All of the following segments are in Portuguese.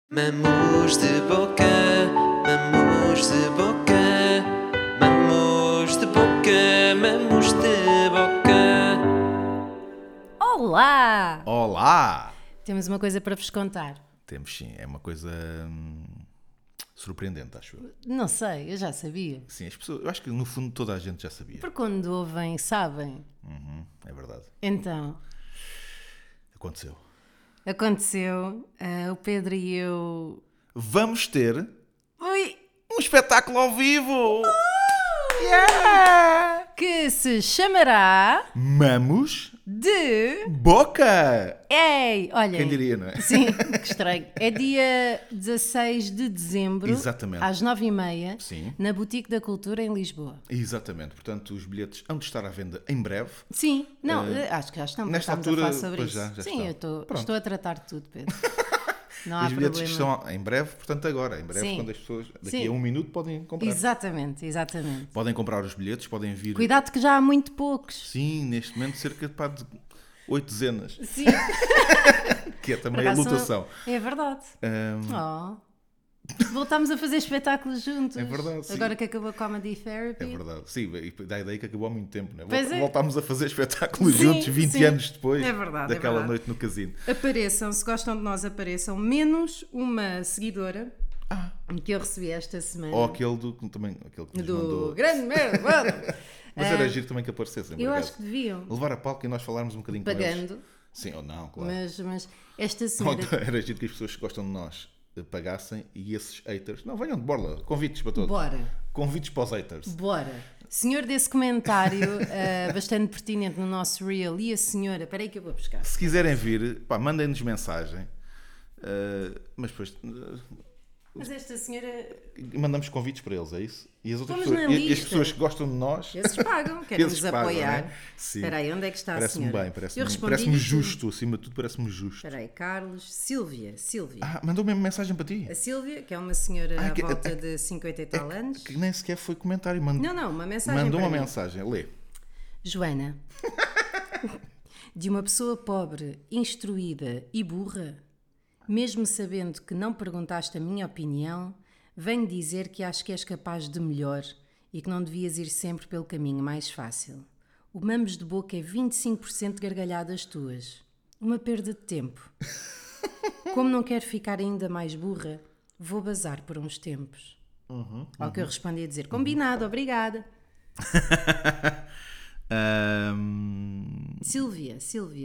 Mamos de boca, mamos de boca, mamos de boca, mamos de boca. Olá! Olá! Temos uma coisa para vos contar. Temos sim, é uma coisa surpreendente, acho eu. Não sei, eu já sabia. Sim, as pessoas, eu acho que no fundo toda a gente já sabia. Porque quando ouvem, sabem. É verdade. Então, Aconteceu. aconteceu, o Pedro e eu... Vamos ter Ui! um espetáculo ao vivo! Que se chamará Mamos de... Boca! Ei! Olha... Quem diria, não é? Sim, que estranho. É dia 16 de dezembro, Exatamente. às 9h30, Sim. na Boutique da Cultura em Lisboa. Exatamente, portanto os bilhetes hão de estar à venda em breve. Sim, não, acho que já estão, porque nesta estamos altura, a falar sobre pois isso. já Sim, estão. eu Pronto. estou a tratar de tudo, Pedro. Não há Os bilhetes que problema. estão em breve, portanto agora, em breve, Sim. quando as pessoas daqui Sim. a um minuto podem comprar. Exatamente, exatamente. Podem comprar os bilhetes, podem vir. Cuidado que já há muito poucos. Sim, neste momento cerca de 8 dezenas, Sim, que é por também a acaso, lotação. É verdade. Ahm, Oh. Voltámos a fazer espetáculos juntos. É verdade, sim. Agora que acabou a Comedy Therapy. é verdade. Sim, e dá a ideia que acabou há muito tempo, não é? Pois é. Voltámos a fazer espetáculos Sim, juntos 20 sim. anos depois É verdade, é daquela verdade. noite no casino. Apareçam, se gostam de nós, apareçam. Menos uma seguidora que eu recebi esta semana. Ou aquele também, aquele que nos do mandou. grande merda, mano. Mas era giro também que aparecessem. Eu por acho acaso. que deviam. Levar a palco e nós falarmos um bocadinho com eles. Pagando. Sim ou não, claro. Mas esta Ou senhora... então era giro que as pessoas que gostam de nós pagassem e esses haters. Não, venham de borla. Convites para todos. Bora. Convites para os haters. Bora. Senhor desse comentário bastante pertinente no nosso reel e a senhora, espera aí que eu vou buscar. Se quiserem vir, pá, mandem-nos mensagem. Mas depois Mas esta senhora, mandamos convites para eles, é isso? E as outras Pomos pessoas, na e as lista. pessoas que gostam de nós, esses pagam, querem esses nos pagam, apoiar. não é? Sim. Espera aí, onde é que está a Parece-me senhora? bem, Eu parece-me respondi-lhe justo, acima de tudo parece-me justo. Espera aí, Carlos, Sílvia. Ah, mandou mesmo mensagem para ti? A Sílvia, que é uma senhora à que- volta de 50 e tal anos. Que nem sequer foi comentário, Não, uma mensagem mandou para uma mim. mensagem, lê. Joana, de uma pessoa pobre, instruída e burra, mesmo sabendo que não perguntaste a minha opinião, venho dizer que acho que és capaz de melhor e que não devias ir sempre pelo caminho mais fácil. O Mamos de Boca é 25% de gargalhadas tuas. Uma perda de tempo. Como não quero ficar ainda mais burra, vou bazar por uns tempos. Ao que eu respondi a dizer, combinado, obrigada. Sílvia.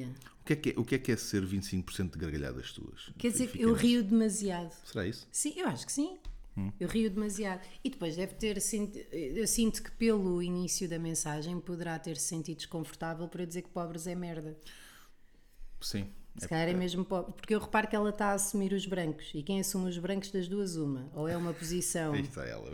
O que é ser 25% de gargalhadas tuas? Quer dizer que Fica eu nisso. rio demasiado. Será isso? Sim, eu acho que sim. Eu rio demasiado. E depois deve ter... Eu sinto que pelo início da mensagem poderá ter se sentido desconfortável para eu dizer que pobres é merda. Sim. Se calhar é mesmo pobre. Porque eu reparo que ela está a assumir os brancos. E quem assume os brancos das duas, uma. Ou é uma posição... Aí está ela.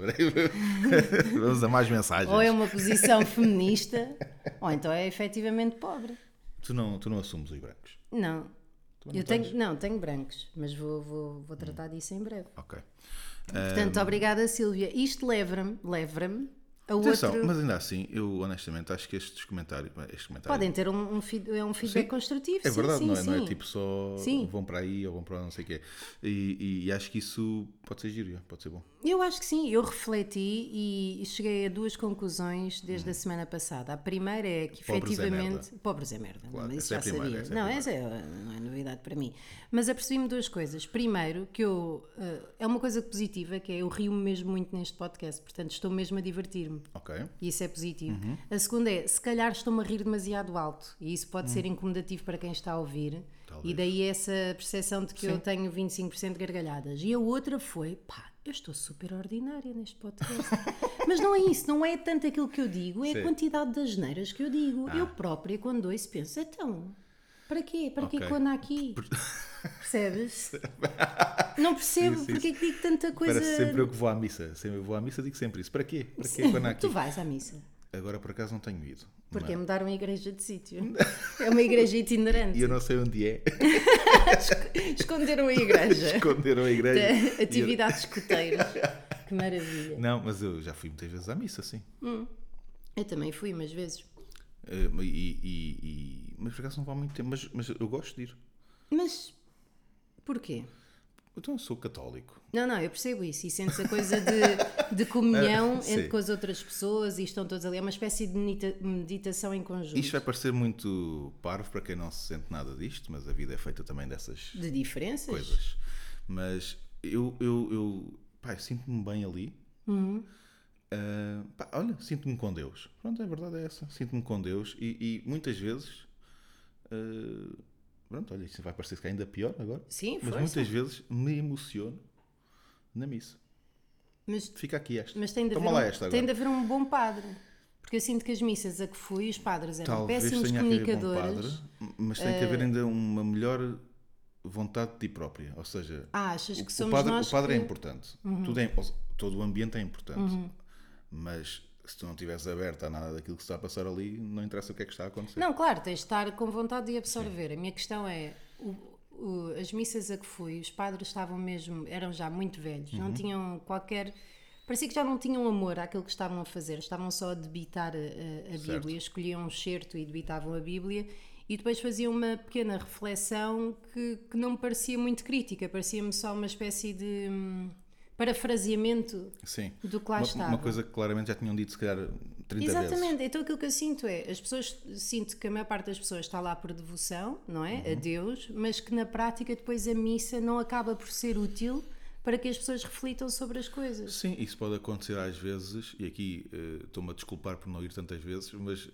Vamos a mais mensagens. Ou é uma posição feminista, ou então é efetivamente pobre. Tu não assumes os brancos. Não. Também Eu tenho, tenho brancos, mas vou tratar disso em breve. Ok. Portanto, obrigada, Sílvia. Isto leva-me a Atenção, outro... mas ainda assim, eu honestamente acho que estes comentários. Podem ter um feedback Sim, construtivo. É sim, verdade, sim, não é? sim. Não é tipo só Sim. vão para aí ou vão para não sei o quê. E acho que isso pode ser giro, pode ser bom. Eu acho que sim. Eu refleti e cheguei a duas conclusões desde a semana passada. A primeira é que Pobres é efetivamente... Pobres é merda. Claro, Mas isso essa é já a primeira, sabia. essa é a Não, essa não é novidade para mim. Mas apercebi-me duas coisas. Primeiro, que é uma coisa positiva, que é eu rio-me mesmo muito neste podcast. Portanto, estou mesmo a divertir-me. Ok. E isso é positivo. A segunda é, se calhar estou-me a rir demasiado alto. E isso pode ser incomodativo para quem está a ouvir. Talvez. E daí essa percepção de que eu tenho 25% de gargalhadas. E a outra foi, pá, eu estou super ordinária neste podcast. Mas não é isso, não é tanto aquilo que eu digo, é Sim. a quantidade de asneiras que eu digo. Eu própria, quando ouço, penso, então, para quê? Para quê Ok. que eu ando aqui? Percebes? Não percebo Sim, sim, porque é que digo tanta coisa. Parece sempre eu que vou à missa. Sempre eu vou à missa digo sempre isso. Para quê? Para quê quando há aqui? Tu vais à missa. Agora por acaso não tenho ido. Porque Mas- mudaram a igreja de sítio. É uma igreja itinerante. E eu não sei onde é. Esconderam a igreja. Esconderam a igreja. E eu- Atividades escuteiras. Que maravilha. Não, mas eu já fui muitas vezes à missa, sim. Eu também fui umas vezes. Mas por acaso não vou há muito tempo. Mas eu gosto de ir. Mas porquê? Então eu sou católico. Não, eu percebo isso. E sentes a coisa de comunhão Sim. com as outras pessoas e estão todos ali. É uma espécie de meditação em conjunto. Isto vai parecer muito parvo para quem não se sente nada disto, mas a vida é feita também dessas De diferenças. coisas. Mas eu sinto-me bem ali. Olha, sinto-me com Deus. Pronto, a verdade é essa. Sinto-me com Deus e muitas vezes. Pronto, olha, isso vai parecer que é ainda pior agora. Sim, mas força. muitas vezes me emociono na missa. Mas, Fica aqui esta. mas tem, de Toma haver lá esta agora. tem de haver um bom padre. Porque eu sinto que as missas a que fui, os padres eram Talvez péssimos tenha que haver bom comunicadores. padre, mas tem que haver ainda uma melhor vontade de ti própria. Ou seja, Achas que o somos padre, nós o padre que... é importante. Todo o ambiente é importante. Mas se tu não estiveres aberto a nada daquilo que se está a passar ali, não interessa o que é que está a acontecer. Não, claro, tens de estar com vontade de absorver. A minha questão é, as missas a que fui, os padres estavam mesmo, eram já muito velhos, não tinham qualquer... Parecia que já não tinham amor àquilo que estavam a fazer, estavam só a debitar a Bíblia, escolhiam um excerto e debitavam a Bíblia e depois faziam uma pequena reflexão que não me parecia muito crítica, parecia-me só uma espécie de parafraseamento Sim. do que lá estava. Uma coisa que claramente já tinham dito se calhar 30 Exatamente, vezes. então aquilo que eu sinto é, sinto que a maior parte das pessoas está lá por devoção, não é? A Deus, mas que na prática depois a missa não acaba por ser útil para que as pessoas reflitam sobre as coisas. Sim, isso pode acontecer às vezes, e aqui estou-me a desculpar por não ir tantas vezes, mas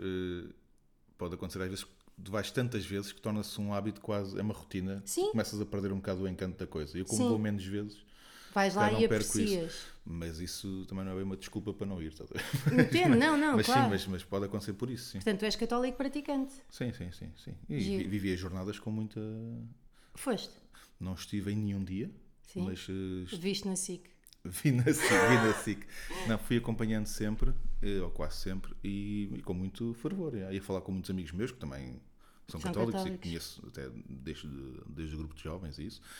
pode acontecer às vezes que tu vais tantas vezes que torna-se um hábito quase, é uma rotina, Sim. tu começas a perder um bocado o encanto da coisa. Eu como Sim. vou menos vezes, Vais lá não e perco aprecias. isso. Mas isso também não é bem uma desculpa para não ir, estás a ver? Entendo, não, Mas claro. sim, mas pode acontecer por isso, sim. Portanto, tu és católico praticante. Sim. E Giro. vivi as jornadas com muita... Foste? Não estive em nenhum dia, Sim. mas Viste na SIC. vi na SIC. Não, fui acompanhando sempre, ou quase sempre, e com muito fervor. Ia falar com muitos amigos meus que também são católicos e que conheço até desde o grupo de jovens e isso.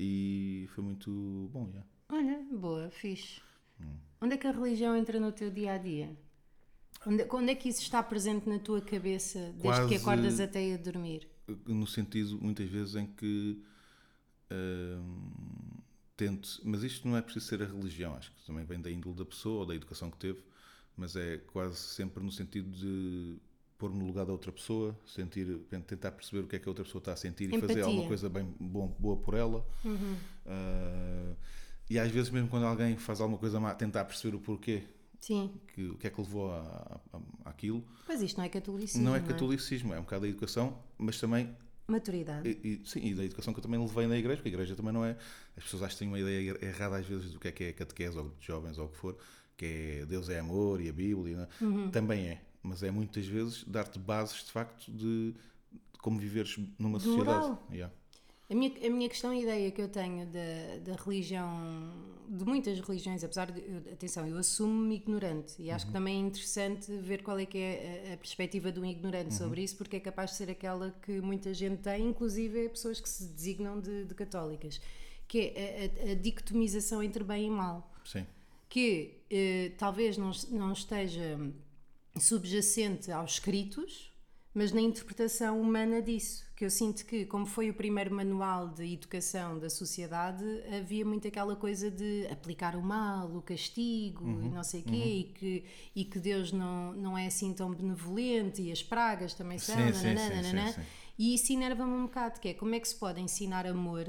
E foi muito bom, yeah. Olha, boa, fixe. Onde é que a religião entra no teu dia-a-dia? Onde é que isso está presente na tua cabeça desde Quase- que acordas até ir dormir? No sentido, muitas vezes, em que tento... Mas isto não é preciso ser a religião, acho que também vem da índole da pessoa ou da educação que teve, mas é quase sempre no sentido de pôr-me no lugar da outra pessoa, tentar perceber o que é que a outra pessoa está a sentir e fazer Empatia. alguma coisa bem boa por ela. E às vezes mesmo quando alguém faz alguma coisa má, tentar perceber o porquê, Sim. o que é que levou àquilo. Pois isto não é catolicismo. Não é catolicismo, é um bocado da educação, mas também Maturidade. e da educação que eu também levei na igreja, porque a igreja também não é... As pessoas acham que têm uma ideia errada às vezes do que é catequese ou grupo de jovens ou o que for, que é Deus é amor e a Bíblia, não é? Também é, mas é muitas vezes dar-te bases de facto de como viveres numa De sociedade. moral. Yeah. A minha questão e ideia que eu tenho da religião, de muitas religiões, apesar de, atenção, eu assumo-me ignorante e acho que também é interessante ver qual é que é a perspectiva de um ignorante sobre isso, porque é capaz de ser aquela que muita gente tem, inclusive pessoas que se designam de católicas, que é a dicotomização entre bem e mal. Sim. Que talvez não esteja subjacente aos escritos, mas na interpretação humana disso, que eu sinto que, como foi o primeiro manual de educação da sociedade, havia muito aquela coisa de aplicar o mal, o castigo e não sei o quê, e que Deus não é assim tão benevolente e as pragas também são, Sim. e isso enerva-me um bocado, que é como é que se pode ensinar amor,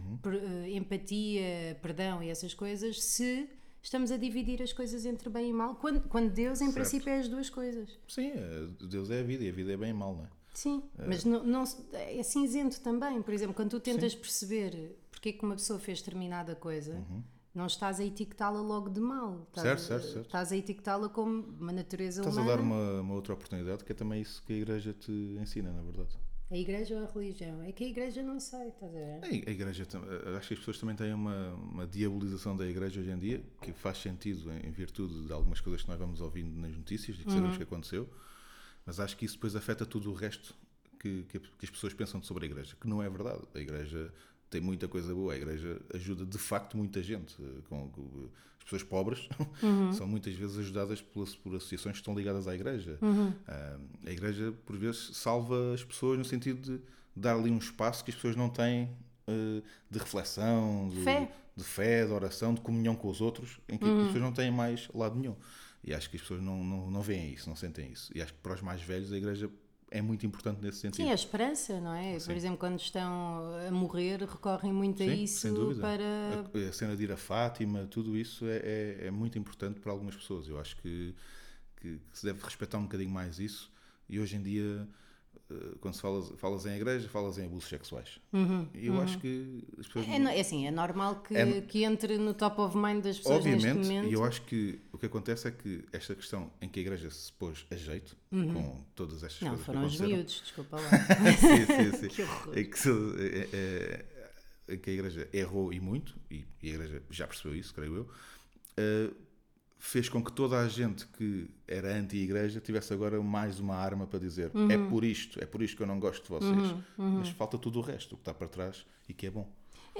empatia, perdão e essas coisas, se estamos a dividir as coisas entre bem e mal, quando Deus, em Certo. princípio, é as duas coisas. Sim, Deus é a vida e a vida é bem e mal, não é? Sim, mas não, é cinzento também. Por exemplo, quando tu tentas perceber porque é que uma pessoa fez determinada coisa, não estás a etiquetá-la logo de mal. Certo. Estás a etiquetá-la como uma natureza Estás humana. a dar uma outra oportunidade, que é também isso que a igreja te ensina, na verdade. A igreja ou a religião? É que a igreja não sei, estás a ver? A igreja, acho que as pessoas também têm uma diabolização da igreja hoje em dia, que faz sentido em virtude de algumas coisas que nós vamos ouvindo nas notícias e que sabemos que aconteceu, mas acho que isso depois afeta tudo o resto que as pessoas pensam sobre a igreja, que não é verdade. A igreja tem muita coisa boa, a igreja ajuda de facto muita gente. As pessoas pobres são muitas vezes ajudadas por associações que estão ligadas à igreja. A igreja, por vezes, salva as pessoas no sentido de dar ali um espaço que as pessoas não têm de reflexão, de fé, de oração, de comunhão com os outros, em que as pessoas não têm mais lado nenhum. E acho que as pessoas não veem isso, não sentem isso. E acho que para os mais velhos a igreja é muito importante nesse sentido. Sim, a esperança, não é? Sim. Por exemplo, quando estão a morrer, recorrem muito a isso sem dúvida. para... A cena de ir a Fátima, tudo isso é muito importante para algumas pessoas. Eu acho que se deve respeitar um bocadinho mais isso. E hoje em dia, quando se falas em igreja, falas em abusos sexuais. E eu acho que as pessoas... É normal que entre no top of mind das pessoas obviamente, neste momento. E eu acho que o que acontece é que esta questão em que a igreja se pôs a jeito, com todas estas coisas que aconteceram... Não, foram os miúdos, desculpa lá. sim. Que horror. Em que a igreja errou e muito, e a igreja já percebeu isso, creio eu, fez com que toda a gente que era anti-igreja tivesse agora mais uma arma para dizer é por isto que eu não gosto de vocês. Mas falta tudo o resto, o que está para trás e que é bom.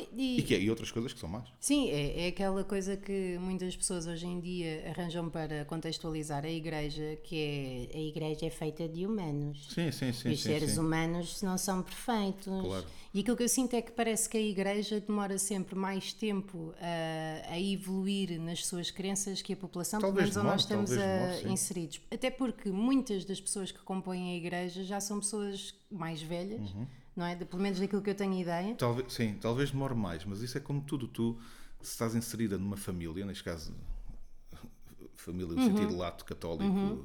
E outras coisas que são más. Sim, é aquela coisa que muitas pessoas hoje em dia arranjam para contextualizar a igreja, que é a igreja é feita de humanos. Sim. E os seres humanos não são perfeitos. Claro. E aquilo que eu sinto é que parece que a igreja demora sempre mais tempo a evoluir nas suas crenças que a população, pelo menos onde nós estamos inseridos. Até porque muitas das pessoas que compõem a igreja já são pessoas mais velhas, não é? Pelo menos daquilo que eu tenho ideia. Talvez demore mais, mas isso é como tudo. Tu, se estás inserida numa família, neste caso, família no sentido lato católico,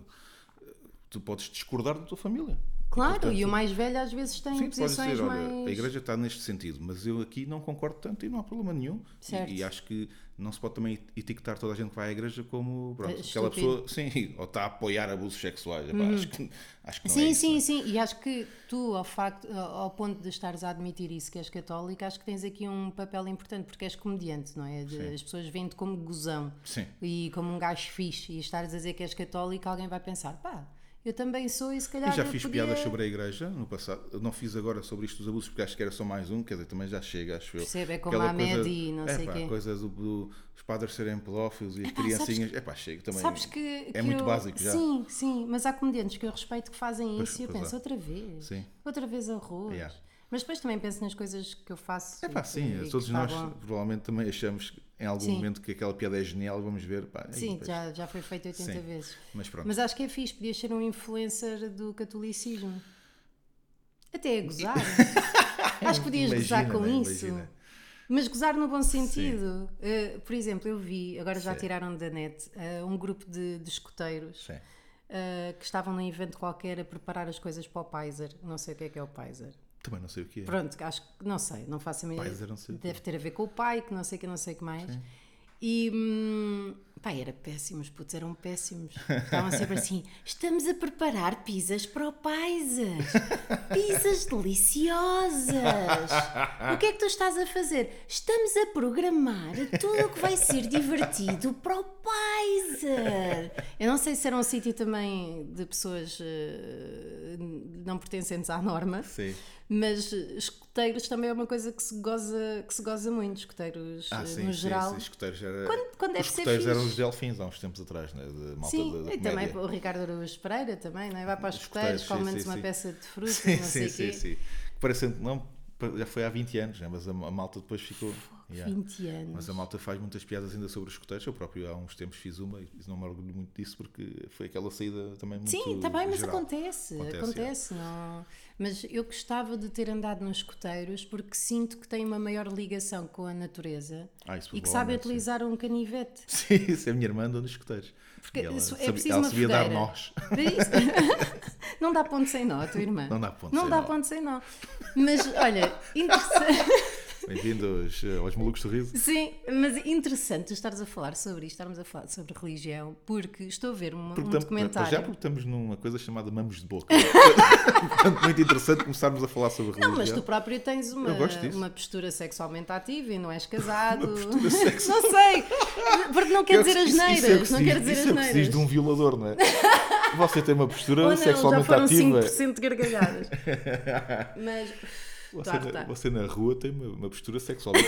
tu podes discordar da tua família. Claro, portanto, e o mais velho às vezes tem posições dizer, mais... Olha, a igreja está neste sentido, mas eu aqui não concordo tanto e não há problema nenhum. E acho que não se pode também etiquetar toda a gente que vai à igreja como aquela pessoa, sim, ou está a apoiar abusos sexuais. Acho que não é isso. Sim. E acho que tu, ao ponto de estares a admitir isso, que és católica, acho que tens aqui um papel importante, porque és comediante, não é? As pessoas veem-te como gozão e como um gajo fixe, e estares a dizer que és católica, alguém vai pensar, eu também sou e se calhar... Eu já fiz piadas sobre a igreja no passado. Eu não fiz agora sobre isto dos abusos porque acho que era só mais um, quer dizer, também já chega, acho eu. Percebe, é como a Ahmed e não sei o quê. Coisas dos padres serem pedófilos e as criancinhas. Chega também. Sabes que muito básico já. Sim, mas há comediantes que eu respeito que fazem isso e eu penso, outra vez. Sim. Outra vez arroz. Mas depois também penso nas coisas que eu faço. Sim, todos nós provavelmente também achamos em algum momento que aquela piada é genial, vamos ver. Sim, já foi feito 80 vezes. Mas pronto. Mas acho que é fixe, podias ser um influencer do catolicismo. Até a gozar. Acho que podias gozar com isso. Mas gozar no bom sentido. Por exemplo, eu vi, agora já tiraram da net, um grupo de escoteiros que estavam num evento qualquer a preparar as coisas para o Pfizer. Não sei o que é o Pfizer. Também não sei o que é. Pronto, acho que não sei, não faço a minha ideia. Deve ter a ver com o pai, que não sei o que mais. Sim. E era péssimos, eram péssimos. Estavam sempre assim: estamos a preparar pizzas para o Pfizer, pizzas deliciosas. O que é que tu estás a fazer? Estamos a programar tudo o que vai ser divertido para o Pfizer. Eu não sei se era um sítio também de pessoas não pertencentes à norma. Sim. Mas escoteiros também é uma coisa que se goza muito, escoteiros no geral. Sim, escoteiros era... Quando deve os escoteiros eram os delfins há uns tempos atrás, né? De malta da e também o Ricardo Araújo Pereira também, não é? Vai para os escoteiros, come-nos uma peça de fruta, não sei o quê. Sim. Parecendo, não, já foi há 20 anos, né? Mas a malta depois ficou... 20 anos. Mas a malta faz muitas piadas ainda sobre os escoteiros. Eu próprio há uns tempos fiz uma e não me orgulho muito disso porque foi aquela saída também muito Sim, está bem, mas geral. acontece não... Mas eu gostava de ter andado nos escoteiros porque sinto que tem uma maior ligação com a natureza e que sabe utilizar um canivete. Sim, isso é a minha irmã andou nos escoteiros. Porque ela preciso uma sabia dar nós. Não dá ponto sem nó, a tua irmã. Não dá ponto sem nó. Mas, olha, interessante... Bem-vindos aos Malucos do Riso. Sim, mas interessante estarmos a falar sobre isto, estarmos a falar sobre religião, porque estou a ver um documentário. Já porque estamos numa coisa chamada mamos de boca. Portanto, muito interessante começarmos a falar sobre religião. Não, mas tu próprio tens uma postura sexualmente ativa e não és casado. Uma sexual... Não sei, porque não quer dizer asneiras. Não quer dizer asneiras. Preciso de um violador, não é? Você tem uma postura sexualmente ativa. Já foram 5% de gargalhadas. Mas... Você na rua tem uma postura sexualmente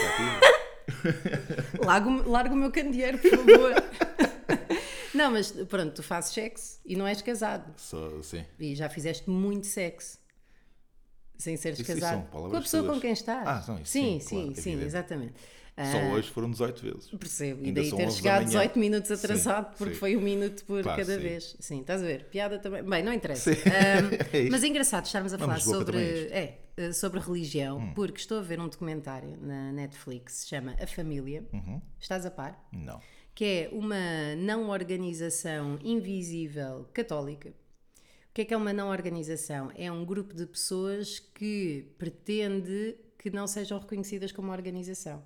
ativa. Larga o meu candeeiro, por favor. Não, mas pronto, tu fazes sexo e não és casado. Sim. E já fizeste muito sexo. sem seres Isso casado são palavras com a pessoa todas. com quem estás. Ah, não, isso sim, sim, claro, sim, evidente. exatamente. Só hoje foram 18 vezes. Percebo. E Ainda daí são ter 11 da chegado manhã. 18 minutos Sim, atrasado, porque sim. foi um minuto por Pá, cada sim. vez. Sim, estás a ver? Piada também. Bem, não interessa. Sim. Um, É isto. mas é engraçado estarmos a Não, falar mas Lisboa também é sobre, sobre religião, porque estou a ver um documentário na Netflix que se chama A Família. Estás a par? Não. Que é uma não organização invisível católica. O que é uma não organização? É um grupo de pessoas que pretende que não sejam reconhecidas como organização.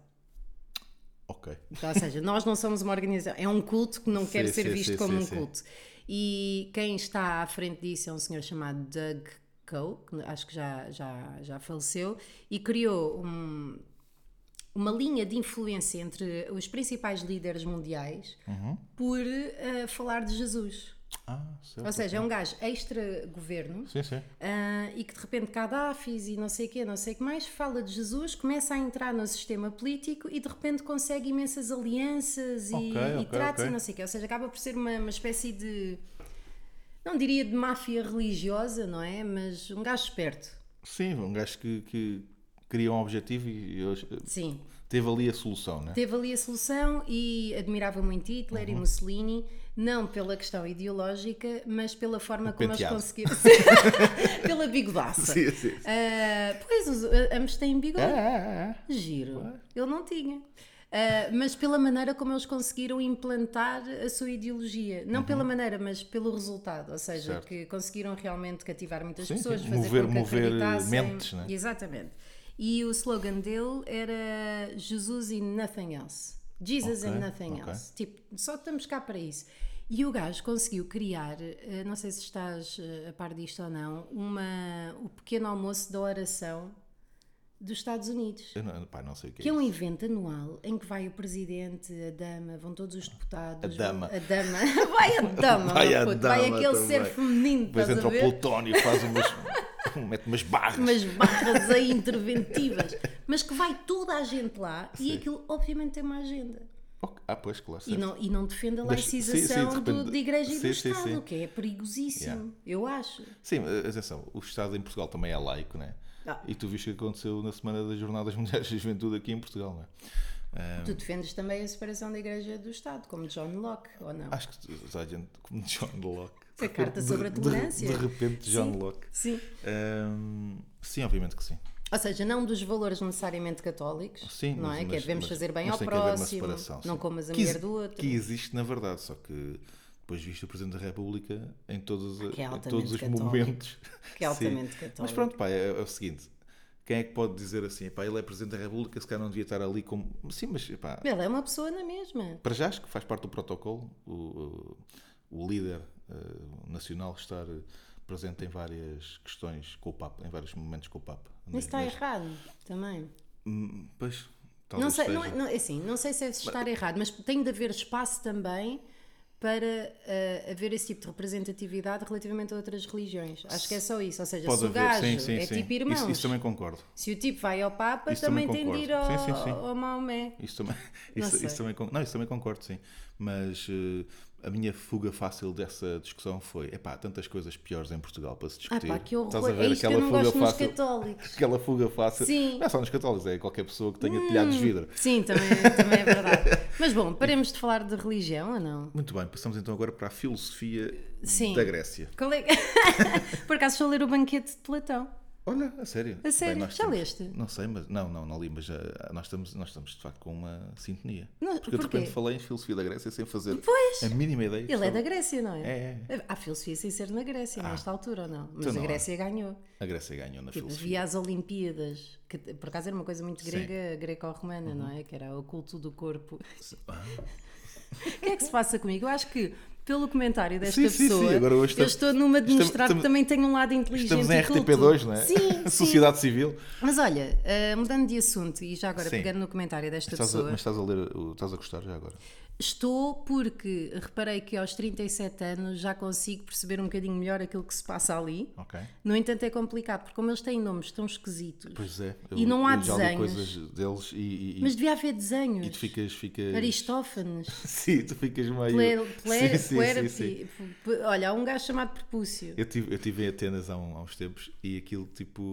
Ok. Então, ou seja, nós não somos uma organização, é um culto que não quer Sim, ser sim, visto sim, como sim, um sim. culto. E quem está à frente disso é um senhor chamado Doug Coe, que acho que já faleceu, e criou uma linha de influência entre os principais líderes mundiais por falar de Jesus. Ah, certo. Ou seja, é um gajo extra-governo Sim, sim. e que de repente Gadafis e não sei o quê, não sei o que mais, fala de Jesus, começa a entrar no sistema político e de repente consegue imensas alianças e Ok, trata-se ok. e não sei o quê. Ou seja, acaba por ser uma espécie de, não diria de máfia religiosa, não é? Mas um gajo esperto. Sim, um gajo que cria um objetivo e hoje Sim. teve ali a solução, né? Teve ali a solução e admirava muito Hitler e Mussolini, não pela questão ideológica, mas pela forma como eles penteado. conseguiram. Pela bigodaça. Sim, sim. Pois, ambos têm bigode. Giro. Ele não tinha. Mas pela maneira como eles conseguiram implantar a sua ideologia. Não pela maneira, mas pelo resultado. Ou seja, Certo. que conseguiram realmente cativar muitas Sim, pessoas, sim. fazer com que Mover acreditassem. mentes, né? Exatamente. E o slogan dele era Jesus and nothing else. Jesus Ok, and nothing ok. else. Tipo, só estamos cá para isso. E o gajo conseguiu criar, não sei se estás a par disto ou não, o pequeno almoço da oração dos Estados Unidos. Eu não sei o que é Que é um isso. evento anual em que vai o presidente, a dama, vão todos os deputados. A dama. A dama. Vai a dama, Vai meu a puto. dama Vai aquele também. ser feminino, Depois estás entra a o ver? Plutónio e faz mete umas barras. Umas barras aí interventivas, mas que vai toda a gente lá e Sim. aquilo obviamente tem uma agenda. Pois, claro. E não defende a Mas, sim, laicização sim, de repente- de igreja e do sim, sim, Estado, sim. o que é perigosíssimo, Yeah. eu acho. Sim, atenção, o Estado em Portugal também é laico, né? Ah. E tu viste o que aconteceu na Semana das Jornadas Mundiais da Juventude aqui em Portugal, não é? Tu defendes também a separação da igreja do Estado, como John Locke, ou não? Acho que toda a gente, como John Locke. A carta sobre a tolerância. De repente, John Sim. Locke. Sim. Sim, obviamente que sim. Ou seja, não dos valores necessariamente católicos, Sim, não é? Que é devemos fazer bem mas ao tem que haver uma próximo, separação, não sim. comas a Que mulher do outro. Que existe na verdade, só que depois viste o Presidente da República em todos, Que é em altamente todos os católico. momentos. Que é altamente Sim. católico. Mas pronto, pá, é o seguinte. Quem é que pode dizer assim, pá, ele é Presidente da República, se calhar não devia estar ali como... Sim, mas pá, Ele é uma pessoa na mesma. para já acho que faz parte do protocolo o líder nacional estar presente em várias questões com o Papa, em vários momentos com o Papa. Mas está errado também. Pois, Não talvez sei, esteja. não é assim, não sei se é estar errado, mas tem de haver espaço também para haver esse tipo de representatividade relativamente a outras religiões. Acho que é só isso. Ou seja, Pode se o haver, gajo sim, sim, é sim. tipo irmãos, Isso também concordo. se o tipo vai ao Papa, Isso também também tem de ir concordo. ao, Sim, sim, sim. ao Maomé. Isso também, Não isso, sei. isso também, não, isso também concordo, sim. Mas a minha fuga fácil dessa discussão foi: epá, há tantas coisas piores em Portugal para se discutir. Pá, que Estás a horror. ver É isto que eu aquela não fuga gosto nos fácil? católicos. Aquela fuga fácil. Sim. Não é só nos católicos, é qualquer pessoa que tenha telhados de vidro. Sim, também é verdade. Mas bom, paremos de falar de religião ou não? Muito bem, passamos então agora para a filosofia Sim. da Grécia. Qual é... Por acaso estou a ler o Banquete de Platão. Olha, a sério. A sério? nós Já temos- leste? Não sei, mas não li, mas nós estamos de facto com uma sintonia. Não, Porque eu de porquê? repente falei em filosofia da Grécia sem fazer Pois. a mínima ideia. Ele é da Grécia, não é? É. Há filosofia sem ser na Grécia, nesta altura ou não? Mas Então a não há. Grécia ganhou. A Grécia ganhou na Tipo, filosofia. havia as Olimpíadas, que por acaso era uma coisa muito Sim. grega, greco-romana, não é? Que era o culto do corpo. Ah. O que é que se passa comigo? Eu acho que, pelo comentário desta Sim, sim, pessoa, sim. Agora hoje eu estou numa de mostrar que estamos- também tenho um lado inteligente Estamos em e culto. RTP2, não é? Sim, sim. Sociedade Civil. Mas olha, mudando de assunto, e já agora Sim. pegando no comentário desta Mas pessoa, estás a ler, estás a gostar já agora? estou porque reparei que aos 37 anos já consigo perceber um bocadinho melhor aquilo que se passa ali. Ok. No entanto, é complicado, porque como eles têm nomes tão esquisitos, Pois é. E não há eu já li desenhos. coisas deles e mas devia haver desenhos. e tu ficas... Aristófanes, Sim, tu ficas meio... Puerpi. Olha, há um gajo chamado Prepúcio. Eu tive em Atenas há uns tempos e aquilo tipo...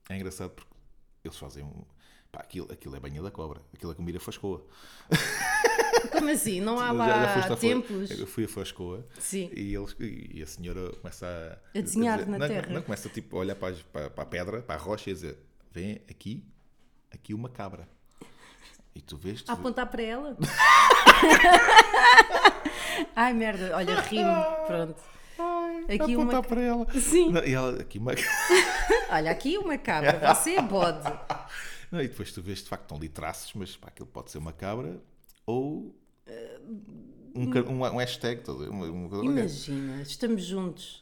É engraçado porque eles fazem pá, aquilo é banha da cobra. Aquilo é como ir a Fascoa. Como assim? Não há Já lá foste templos? Eu fui a Fascoa. Sim. E a senhora começa A desenhar dizer, na não, terra. Não, começa tipo, a olhar para a pedra, para a rocha e a dizer: vem aqui uma cabra. E tu vês. A apontar para ela? Ai, merda. Olha, rimo. Pronto. Aqui apontar uma... para ela. Sim. Não, e ela, aqui uma. Olha, aqui uma cabra. Você é bode. Não, e depois tu vês, de facto, estão ali traços, mas pá, aquilo pode ser uma cabra ou um hashtag. Uma coisa qualquer. Imagina, estamos juntos.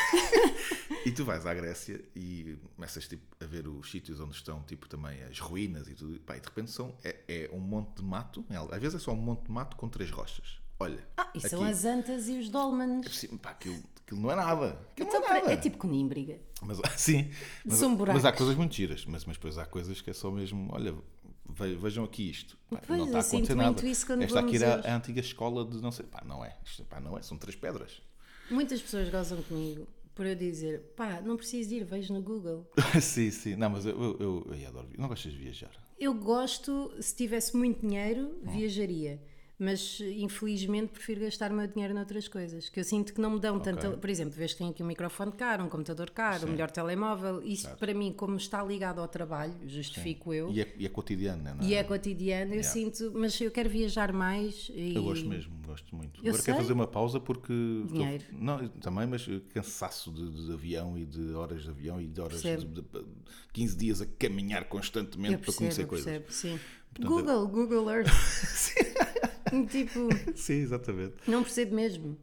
E tu vais à Grécia e começas tipo, a ver os sítios onde estão tipo, também as ruínas e tudo. Pá, e de repente é um monte de mato. Às vezes é só um monte de mato com 3 rochas. Olha. E aqui, são as antas e os dólmenes. pá, aquilo não é nada. Aquilo Então, não é nada. é tipo conímbriga. Mas, sim, São buracos. mas há coisas muito giras. Mas depois há coisas que é só mesmo. Olha, vejam aqui isto. Pá, Pois, não está a eu sinto acontecer muito nada. isso quando Esta vou a aqui era museus. a antiga escola de não sei. Pá, não é. Isto, pá, não é. São 3 pedras. Muitas pessoas gozam comigo por eu dizer, pá, não preciso ir, vejo no Google. Sim. Não, mas eu adoro. Não gostas de viajar? Eu gosto, se tivesse muito dinheiro, viajaria. Mas infelizmente prefiro gastar o meu dinheiro noutras coisas. Que eu sinto que não me dão tanto. Por exemplo, vês que tem aqui um microfone caro, um computador caro, um melhor telemóvel. Isso para mim, como está ligado ao trabalho, justifico eu. E é cotidiano, não é? E é cotidiano, eu sinto, mas eu quero viajar mais. E... Eu gosto mesmo, gosto muito. Eu Agora quero sei. fazer uma pausa porque. Dinheiro. Não, também, mas cansaço de avião e de horas de avião e de horas Percebo. de 15 dias a caminhar constantemente Eu para conhecer percebo, coisas. sim. Portanto, Google Earth. Tipo, Sim, exatamente. não percebo mesmo.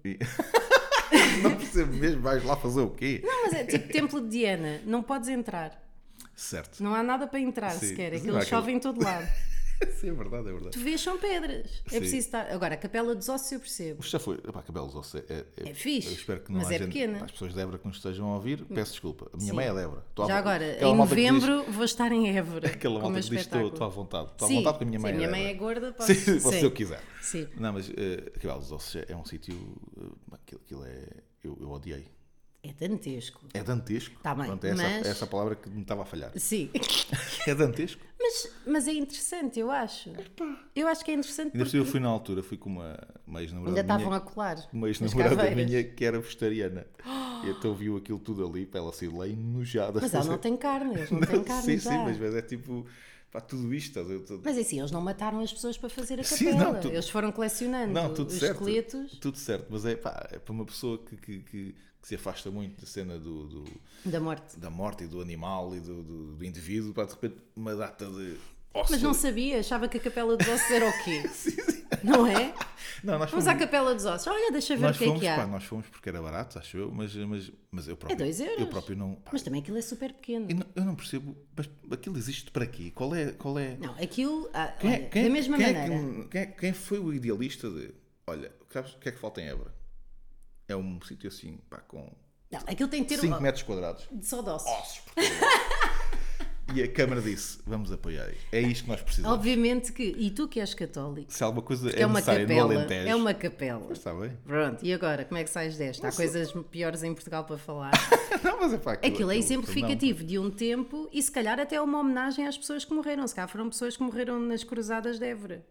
Não percebo mesmo, vais lá fazer o quê? Não, mas é tipo Templo de Diana, não podes entrar. Certo. Não há nada para entrar Sim. sequer, Sim, aquilo há aquele- chove em todo lado. Sim, é verdade, é verdade. Tu vês, são pedras. Sim. É preciso estar. Agora, a Capela dos Ossos eu percebo. Mas já foi. Epá, Cabelos Ossos É fixe, Eu espero que não mas é haja pequena. para as pessoas de Évora que nos estejam a ouvir. Peço desculpa. A minha Sim. mãe é de Évora. Estou Já à- agora, aquela em malta que diz- novembro vou estar em Évora. Aquela com o malta meu que diz: espetáculo. estou à vontade. Estou à Sim, vontade porque a minha sim, mãe a minha é mãe de é Évora. gorda, posso... Sim, se sim. eu quiser. Sim. Não, mas Cabelos Ossos é um sítio. Aquilo é. Eu odiei. É dantesco. É dantesco. Tá bem, Pronto, é mas- essa palavra que me estava a falhar. Sim. É dantesco. Mas é interessante, eu acho. Eu acho que é interessante Ainda por porque cima eu fui na altura, fui com uma ex-namorada ainda estavam minha. a colar. Uma nas ex-namorada caveiras. minha que era vegetariana. E então viu aquilo tudo ali para ela sair lá enojada. Mas ela não tem carne, eles não têm carne. Sim, já. mas é tipo. Pá, tudo isto. estás a ver? Mas é assim, eles não mataram as pessoas para fazer a Sim, capela. não, Eles foram colecionando Não, tudo os certo. esqueletos Tudo certo, mas é para uma pessoa que se afasta muito da cena da morte. da morte e do animal e do indivíduo, para de repente uma data de ossos. Mas não sabia, achava que a Capela dos Ossos era o quê? Não é? Não, nós Vamos fomos, à Capela dos Ossos. Olha, deixa ver nós o que é fomos, que há. pá, nós fomos porque era barato, acho eu, mas eu próprio. É 2 euros. Eu próprio não. Pá, Mas também aquilo é super pequeno. eu não percebo, mas aquilo existe para quê? Qual é? Não, aquilo, olha, da mesma maneira. Quem foi o idealista de. Olha, sabes o que é que falta em Évora? É um sítio assim, pá, com Não, aquilo tem que ter 5 metros quadrados. só de ossos. Ossos, por favor. E a Câmara disse: vamos apoiar. É isto que nós precisamos. Obviamente que, e tu que és católico, Se alguma coisa é uma necessária no capela. Alentejo. É uma capela. Está bem? Pronto, e agora, como é que sais desta? Há coisas piores em Portugal para falar. Não, mas é pá, Aquilo é exemplificativo de um tempo e se calhar até é uma homenagem às pessoas que morreram. Se calhar foram pessoas que morreram nas cruzadas de Évora.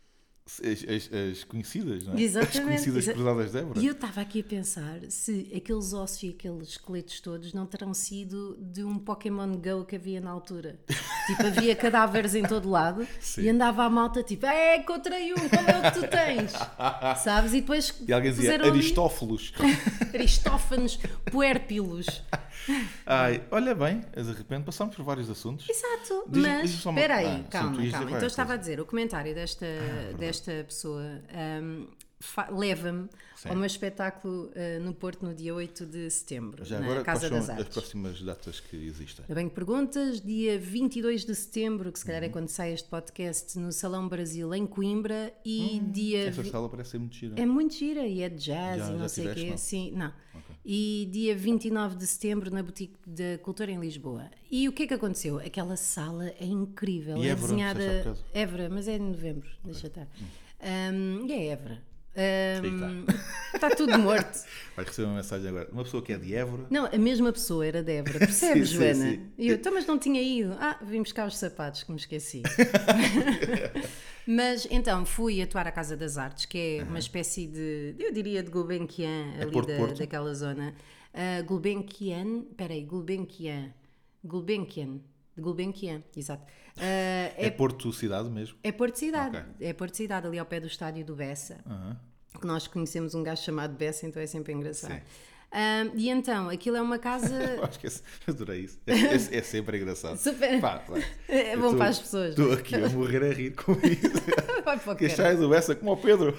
As conhecidas, não é? Exatamente. As conhecidas cruzadas de Évora. E eu estava aqui a pensar se aqueles ossos e aqueles esqueletos todos não terão sido de um Pokémon Go que havia na altura. Tipo, havia cadáveres em todo lado Sim. e andava a malta tipo, encontrei um, qual é o que tu tens? Sabes? E depois E alguém dizia puseram ali Aristófalos. Aristófanes puérpilos. Ai, olha bem, de repente passamos por vários assuntos. Exato, Diz- mas diz-me só uma- espera aí, sim, calma, tu ias dizer calma. qualquer Então estava coisa. a dizer, o comentário desta pessoa leva-me Sim. ao meu espetáculo no Porto no dia 8 de setembro, Já na agora, Casa quais das são as Artes. próximas datas que existem? Ainda bem que perguntas, dia 22 de setembro, que se Uhum. calhar é quando sai este podcast, no Salão Brasil em Coimbra, e dia... Essa sala parece ser muito gira. É muito gira e é de jazz Já- e não já sei o tiveste, quê. não? Sim, não. E dia 29 de setembro na Boutique da Cultura em Lisboa. E o que é que aconteceu? Aquela sala é incrível. E é Évora, desenhada. disseste há bocado? Évora, mas é em novembro, deixa estar. E é Évora. Está tudo morto. Vais receber uma mensagem agora. Uma pessoa que é de Évora. Não, a mesma pessoa era de Évora, percebes, Sim, Joana? sim. E eu, então, mas não tinha ido. Vim buscar os sapatos, que me esqueci. Mas então fui atuar à Casa das Artes, que é uma espécie de, eu diria, de Gulbenkian, ali Porto? daquela zona. Gulbenkian, Gulbenkian, exato. É Porto Cidade mesmo. É Porto Cidade, Ok. é Porto Cidade, ali ao pé do estádio do Bessa. Aham. Que nós conhecemos um gajo chamado Bessa, então é sempre engraçado. Sim. E então, aquilo é uma casa. Eu acho que adorei isso. É sempre engraçado. Super. Pá, É bom para as pessoas. Estou aqui a morrer a rir com isso. Vai para o Que caralho. achais o essa como o Pedro.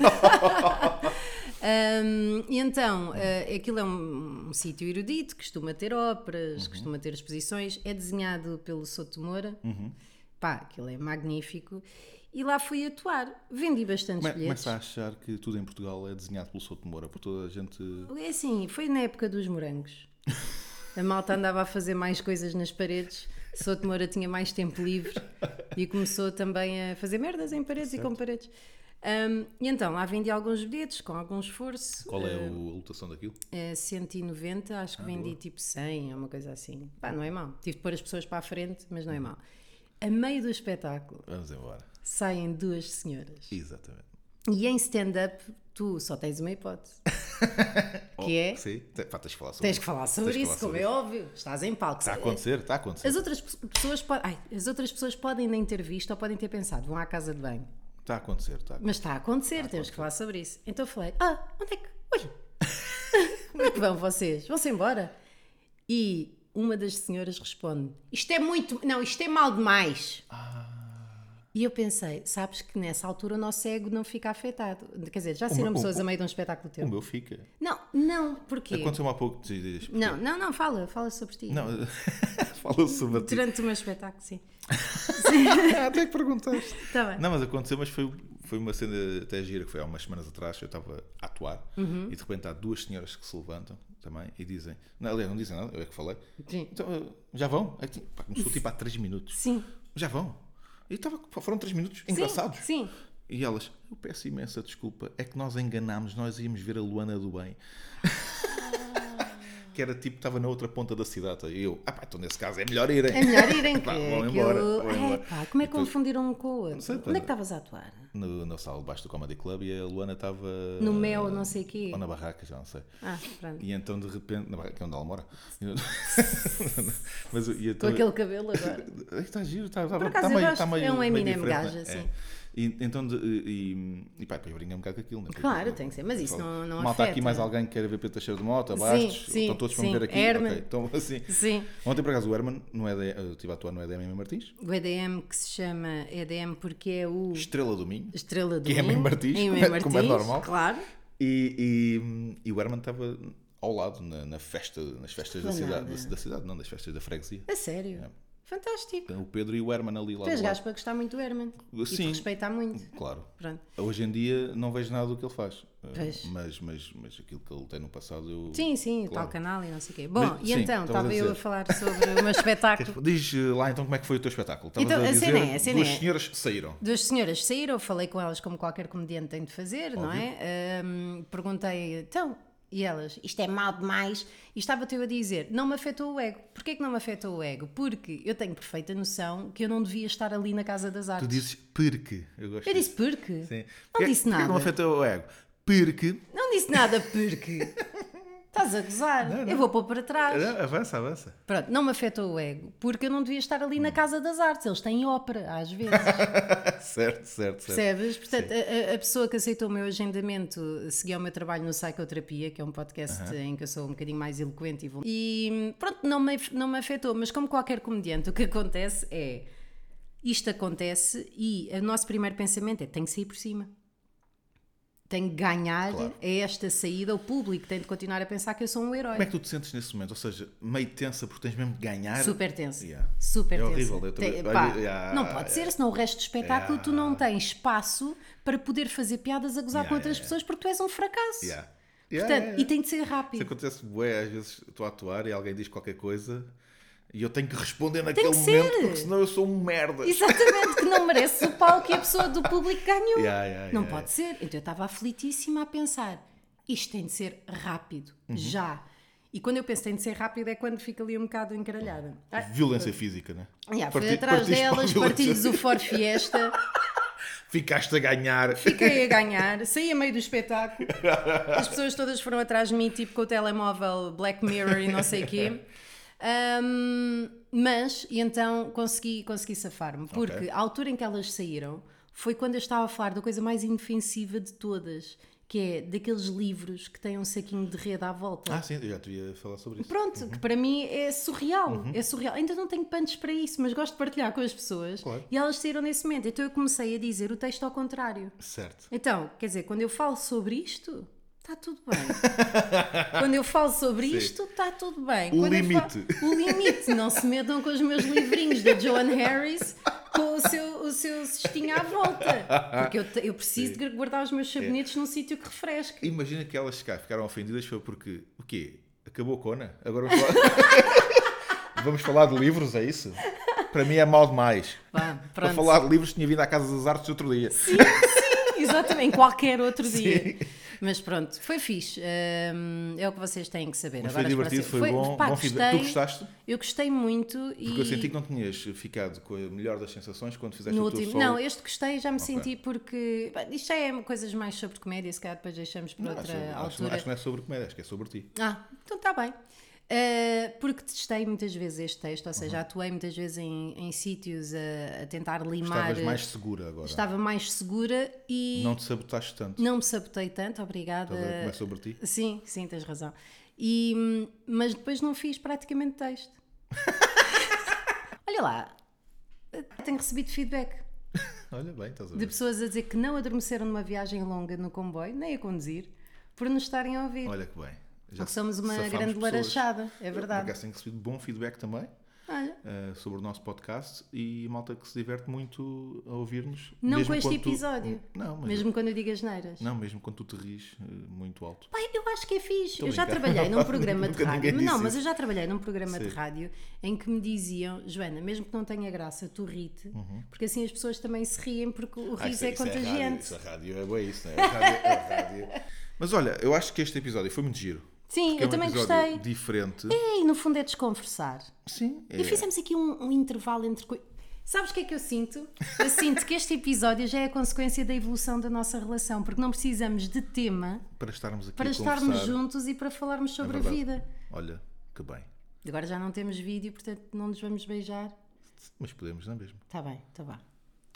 E então, aquilo é um sítio erudito, costuma ter óperas, costuma ter exposições, é desenhado pelo Souto Moura. Pá, aquilo é magnífico. E lá fui atuar. Vendi bastantes bilhetes. Começa a achar que tudo em Portugal é desenhado pelo Souto Moura, por toda a gente. É assim, foi na época dos morangos. A malta andava a fazer mais coisas nas paredes. Souto Moura tinha mais tempo livre e começou também a fazer merdas em paredes e com paredes. E então, lá vendi alguns bilhetes com algum esforço. Qual é a lotação daquilo? 190, acho que vendi tipo 100, é uma coisa assim. Pá, não é mau. Tive de pôr as pessoas para a frente, mas não é mau. A meio do espetáculo Vamos embora. saem duas senhoras. Exatamente. E em stand-up, tu só tens uma hipótese. Que é... Sim, pá, tens que falar sobre Tens isso. que falar sobre Tens que isso, falar como sobre é óbvio. Estás em palco. Está a acontecer, está a acontecer. As outras pessoas podem nem ter visto ou podem ter pensado, vão à casa de banho. Está a acontecer, está a acontecer. Mas está a acontecer, temos que falar sobre isso. Então eu falei, onde é que... Olha, onde é que vão vocês? Vão-se embora? E uma das senhoras responde, isto é mal demais. E eu pensei, sabes que nessa altura o nosso ego não fica afetado. Quer dizer, já saíram pessoas a meio de um espetáculo teu? O meu fica. Não, porquê? Aconteceu-me há pouco. Diz. Não, fala sobre ti. Não, fala sobre a ti. Durante o meu espetáculo, sim. Até que perguntaste. Tá bem. Não, mas aconteceu, mas foi uma cena até gira, que foi há umas semanas atrás, eu estava a atuar e de repente há duas senhoras que se levantam também e dizem, não, aliás, não dizem nada, eu é que falei. Sim. Então, já vão? É que, pá, começou tipo há 3 minutos. Sim. Já vão? E foram 3 minutos engraçados. Sim. E elas, eu peço imensa desculpa, é que nós enganámos, nós íamos ver a Luana do Bem. Que era tipo, estava na outra ponta da cidade. E eu, então nesse caso é melhor irem. É melhor irem, que Vão aquilo... embora. Vão embora. Pá, como é que E depois, confundiram um com o outro? sei, Onde é que estavas a atuar? na sala de baixo do Comedy Club e a Luana estava... No Mel, não sei o quê. Ou na barraca, já não sei. Pronto. E então de repente, na barraca, que é onde ela mora. Mas, e Com então, aquele cabelo agora. Está giro, está acaso eu gosto, é um Eminem gajo, assim. E então, e pá, depois brinca um bocado com aquilo, né? Claro, tem que ser, mas isso não Malta, afeta. aqui mais alguém que quer ver Pedro Teixeira de Mota, Bastos, sim, estão todos para me sim. ver aqui. Herman. Ok, então, assim. Sim. Ontem, por acaso, o Herman, eu estive a atuar no EDM Martins, O EDM que se chama EDM porque é o Estrela do Minho, Estrela do que é em Minho, Martins, em como é Martins, normal. Claro. E o Herman estava ao lado nas festas da Nada. cidade, não, das festas da freguesia. A sério. Fantástico. O Pedro e o Herman ali lá Tu és do lado. gajo para gostar muito do Herman. E te Sim. respeitar muito. Claro. Pronto. Hoje em dia não vejo nada do que ele faz. Pois. Mas aquilo que ele tem no passado eu... Sim, claro. tal canal e não sei o quê. Bom, Mas, e sim, então, estavas a estava eu a dizer. falar sobre o meu espetáculo. Diz lá então como é que foi o teu espetáculo. Estavas Então, a a dizer, cena duas é- senhoras saíram. Duas senhoras saíram, falei com elas como qualquer comediante tem de fazer, não é? Perguntei, então, e elas, isto é mal demais. E estava-te eu a dizer, não me afetou o ego. Porquê que não me afetou o ego? Porque eu tenho perfeita noção que eu não devia estar ali na Casa das Tu Artes. dizes porque. Eu gosto Eu disso. disse porque. Sim. Não disse Porquê nada. que não afetou o ego? Porque... Não disse nada porque. Estás a gozar. Eu vou pôr para trás. Avança. Pronto, não me afetou o ego, porque eu não devia estar ali na Casa das Artes. Eles têm ópera, às vezes. certo. Percebes? Portanto, a pessoa que aceitou o meu agendamento seguiu o meu trabalho no Psicoterapia, que é um podcast em que eu sou um bocadinho mais eloquente e pronto, não me afetou. Mas como qualquer comediante, o que acontece é, isto acontece e o nosso primeiro pensamento é, tenho que sair por cima. Tenho que ganhar Claro. a esta saída. O público tem de continuar a pensar que eu sou um herói. Como é que tu te sentes nesse momento? Ou seja, meio tensa porque tens mesmo de ganhar? Super tenso. Yeah. Super É tenso. horrível. Eu também- Pá, olha, não pode ser, senão o resto do espetáculo tu não tens espaço para poder fazer piadas a gozar com outras pessoas porque tu és um fracasso. Yeah. Portanto, e tem de ser Isso rápido. acontece bué, às vezes estou a atuar e alguém diz qualquer coisa e eu tenho que responder naquele que momento ser. porque senão eu sou um merda. Exatamente, que não mereces o palco que a pessoa do público ganhou. Não pode ser. Então eu estava aflitíssima a pensar, isto tem de ser rápido, já. E quando eu penso tem de ser rápido é quando fica ali um bocado encaralhada. Violência física, né? Fui atrás delas, partilhos o Ford Fiesta. Ficaste a ganhar. Fiquei a ganhar, saí a meio do espetáculo. As pessoas todas foram atrás de mim, tipo com o telemóvel Black Mirror e não sei o quê. E então consegui safar-me. Porque a altura em que elas saíram foi quando eu estava a falar da coisa mais indefensiva de todas, que é daqueles livros que têm um saquinho de rede à volta. Sim, eu já te ia falar sobre isso. Pronto, que para mim é surreal. É surreal. Ainda não tenho punches para isso, mas gosto de partilhar com as pessoas. Claro. E elas saíram nesse momento. Então eu comecei a dizer o texto ao contrário. Certo. Então, quer dizer, quando eu falo sobre isto, está tudo bem. Quando eu falo sobre isto, está tudo bem. O limite. O limite. Não se metam com os meus livrinhos da Joan Harris com o seu cestinho à volta. Porque eu preciso de guardar os meus sabonetes num sítio que refresque. Imagina que elas ficaram ofendidas foi porque, o quê? Acabou a Cona? Agora vamos falar de livros, é isso? Para mim é mal demais. Para falar de livros tinha vindo à Casa das Artes outro dia. Sim, exatamente, em qualquer outro dia. Mas pronto, foi fixe. É o que vocês têm que saber. Mas agora, foi divertido, foi bom feedback. Tu gostaste? Eu gostei muito. Porque eu senti que não tinhas ficado com a melhor das sensações quando fizeste no o teu último. solo. Não, este gostei, já me senti porque... Isto já é coisas mais sobre comédia, se calhar depois deixamos para outra altura. Acho que não é sobre comédia, acho que é sobre ti. Então está bem. Porque testei muitas vezes este texto, ou seja, atuei muitas vezes em sítios a tentar limar. Estavas mais segura agora. Estava mais segura e... Não te sabotaste tanto. Não me sabotei tanto, obrigada. Estás a ver como é sobre ti? Sim, tens razão. Mas depois não fiz praticamente texto. Olha lá, tenho recebido feedback. Olha bem, estás a ver. De pessoas a dizer que não adormeceram numa viagem longa no comboio, nem a conduzir, por nos estarem a ouvir. Olha que bem. Porque somos uma grande larachada, é verdade. Eu tenho recebido bom feedback também sobre o nosso podcast e malta que se diverte muito a ouvir-nos. Não com este episódio. Não, mas mesmo quando eu digo asneiras. Não, mesmo quando tu te ris muito alto. Pai, eu acho que é fixe. Eu já trabalhei num programa de rádio. Mas eu já trabalhei num programa de rádio em que me diziam, Joana, mesmo que não tenha graça, tu ri-te, porque assim as pessoas também se riem porque o riso é contagiante. A rádio é bem isso, não é? A rádio. Mas olha, eu acho que este episódio foi muito giro. Sim, eu também gostei. Diferente. E no fundo é desconversar. Sim. E fizemos aqui um intervalo entre... Sabes o que é que eu sinto? Eu sinto que este episódio já é a consequência da evolução da nossa relação, porque não precisamos de tema para estarmos aqui para estarmos juntos e para falarmos sobre a vida. Olha, que bem. Agora já não temos vídeo, portanto não nos vamos beijar. Mas podemos, não é mesmo? Está bem, está bem.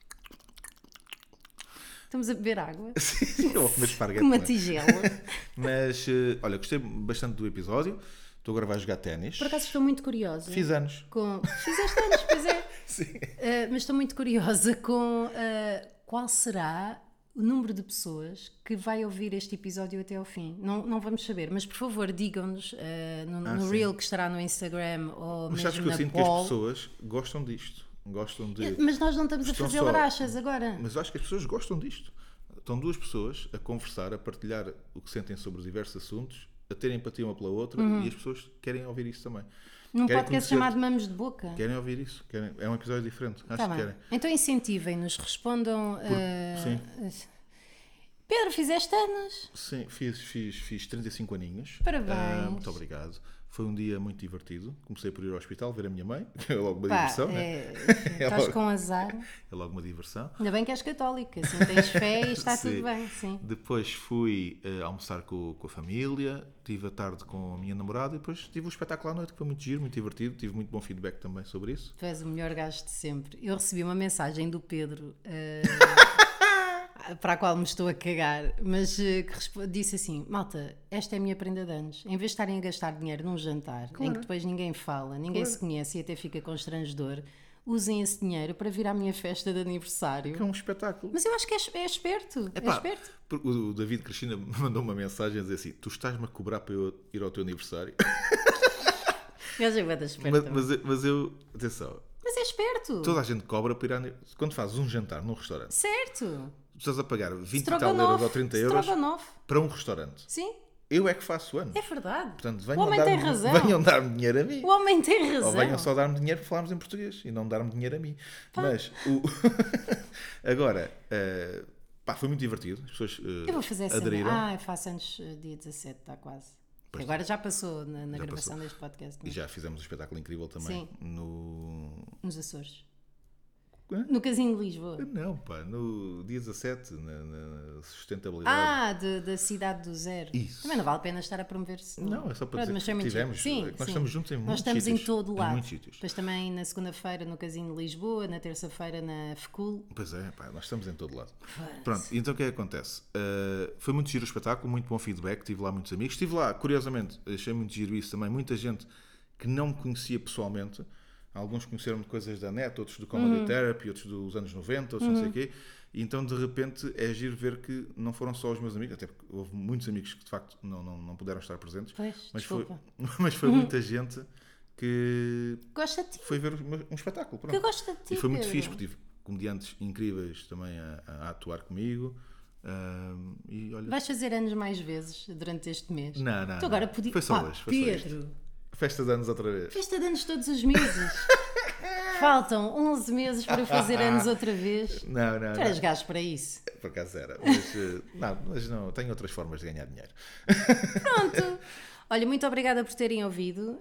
Estamos a beber água. Sim, eu vou comer esparguete. Com uma tigela. Mas, olha, gostei bastante do episódio. Estou agora a jogar ténis. Por acaso estou muito curiosa. Fiz anos. Fizeste anos, pois é. Sim. Mas estou muito curiosa com qual será o número de pessoas que vai ouvir este episódio até ao fim. Não vamos saber, mas por favor digam-nos no Reel que estará no Instagram ou mas mesmo sabes que eu na sinto poll. que as pessoas gostam disto. Gostam de... Mas nós não estamos a fazer larachas agora. Mas eu acho que as pessoas gostam disto. Estão duas pessoas a conversar, a partilhar o que sentem sobre diversos assuntos, a ter empatia uma pela outra e as pessoas querem ouvir isso também. Num podcast chamado Mamos de Boca. Querem ouvir isso. É um episódio diferente. Acho que querem. Então incentivem-nos, respondam. Sim. Pedro, fizeste anos? Sim, fiz 35 aninhos. Parabéns. Muito obrigado. Foi um dia muito divertido. Comecei por ir ao hospital ver a minha mãe, que é logo uma diversão, estás com azar. É logo uma diversão. Ainda bem que és católica, assim tens fé e está tudo bem. Sim. Depois fui almoçar com a família, tive a tarde com a minha namorada e depois tive o espetáculo à noite, que foi muito giro, muito divertido. Tive muito bom feedback também sobre isso. Tu és o melhor gajo de sempre. Eu recebi uma mensagem do Pedro... para a qual me estou a cagar, mas que disse assim: malta, esta é a minha prenda de anos. Em vez de estarem a gastar dinheiro num jantar em que depois ninguém fala, ninguém se conhece e até fica constrangedor, usem esse dinheiro para vir à minha festa de aniversário. Que é um espetáculo. Mas eu acho que é esperto. É esperto. O David Cristina me mandou uma mensagem a dizer assim: tu estás-me a cobrar para eu ir ao teu aniversário? Mas eu, atenção. Mas é esperto. Toda a gente cobra para ir à... Quando fazes um jantar num restaurante. Certo. Tu estás a pagar 20 e tal euros ou 30 euros para um restaurante. Sim. Eu é que faço anos. É verdade. Portanto, O homem tem razão. venham dar-me dinheiro a mim. O homem tem razão. Ou venham só dar-me dinheiro para falarmos em português e não dar-me dinheiro a mim. Mas, agora, pá, foi muito divertido. As pessoas Eu vou fazer essa. aderiram. Eu faço anos dia 17, está quase. Agora já passou na gravação passou. deste podcast. E já fizemos um espetáculo incrível também. Sim. Nos Açores. Hã? No Casinho de Lisboa. Não, pá, no dia 17, na sustentabilidade. Da cidade do zero. Isso. Também não vale a pena estar a promover-se. Não, é só para dizer mas que foi muito tivemos. giro. Sim, É que nós sim. estamos juntos em muitos Nós estamos sítios. em todo o Em lado. muitos sítios. Depois também na segunda-feira no Casinho de Lisboa, na terça-feira na FECUL. Pois é, pá, nós estamos em todo lado. Pronto, então o que é que acontece? Foi muito giro o espetáculo, muito bom feedback, tive lá muitos amigos. Estive lá, curiosamente, achei muito giro isso também, muita gente que não me conhecia pessoalmente. Alguns conheceram-me de coisas da net, outros do Comedy Therapy, outros dos anos 90, outros não sei o quê. E então, de repente, é giro ver que não foram só os meus amigos, até porque houve muitos amigos que, de facto, não puderam estar presentes. Pois, mas desculpa. mas foi muita gente que Gosta de ti. foi ver um espetáculo. Pronto. Que gosta de ti, E foi muito Pedro. fixe, porque tive comediantes incríveis também a atuar comigo. E olha, Vais fazer anos mais vezes durante este mês? Não. Tu agora podia... Foi só hoje. Foi só isto. Pedro, Festa de anos outra vez. festa de anos todos os meses. Faltam 11 meses para eu fazer anos outra vez. Não. Tu eras gajo para isso. Por acaso era. Mas não, tenho outras formas de ganhar dinheiro. Pronto. Olha, muito obrigada por terem ouvido.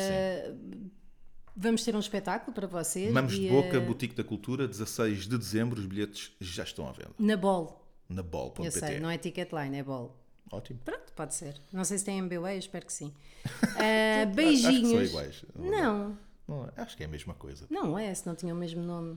Vamos ter um espetáculo para vocês. Mamos de Boca, Boutique da Cultura, 16 de dezembro. Os bilhetes já estão à venda. Na Bol. Na bol.pt. Eu sei, não é Ticketline, é Bol. Ótimo. Pronto, pode ser. Não sei se tem MBWay, eu espero que sim. Acho que Beijinhos. são iguais. Não, Não, acho que é a mesma coisa. não é, se não tinha o mesmo nome.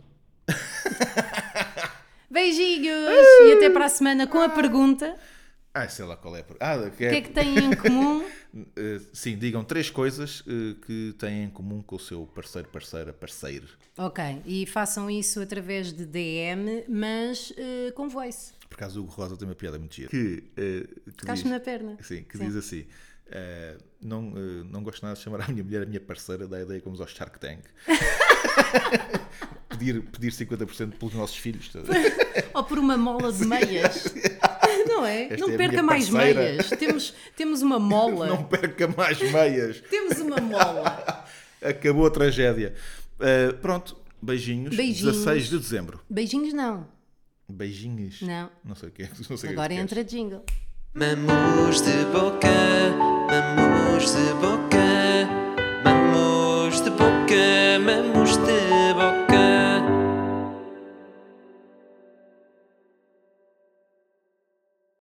Beijinhos! E até para a semana com a pergunta: Sei lá qual é. o que é que têm em comum? Sim, digam 3 coisas que têm em comum com o seu parceiro, parceiro. Ok, e façam isso através de DM, mas com voice. Por acaso o Hugo Rosa tem uma piada muito gira. Que Tocaste-me na perna. Sim, que diz assim: não gosto nada de chamar a minha mulher a minha parceira, dá a ideia como aos Shark Tank. pedir 50% pelos nossos filhos. Ou por uma mola de meias. Não é? Esta Não é a perca minha mais parceira. meias. Temos uma mola. Não perca mais meias. Temos uma mola. Acabou a tragédia. Pronto, beijinhos. Beijinhos. 16 de dezembro. Beijinhos não. Beijinhos. Não. Não sei o que é. Não sei Agora o que é. entra jingle. Mamos de boca, mamos de boca, mamos de boca, mamos de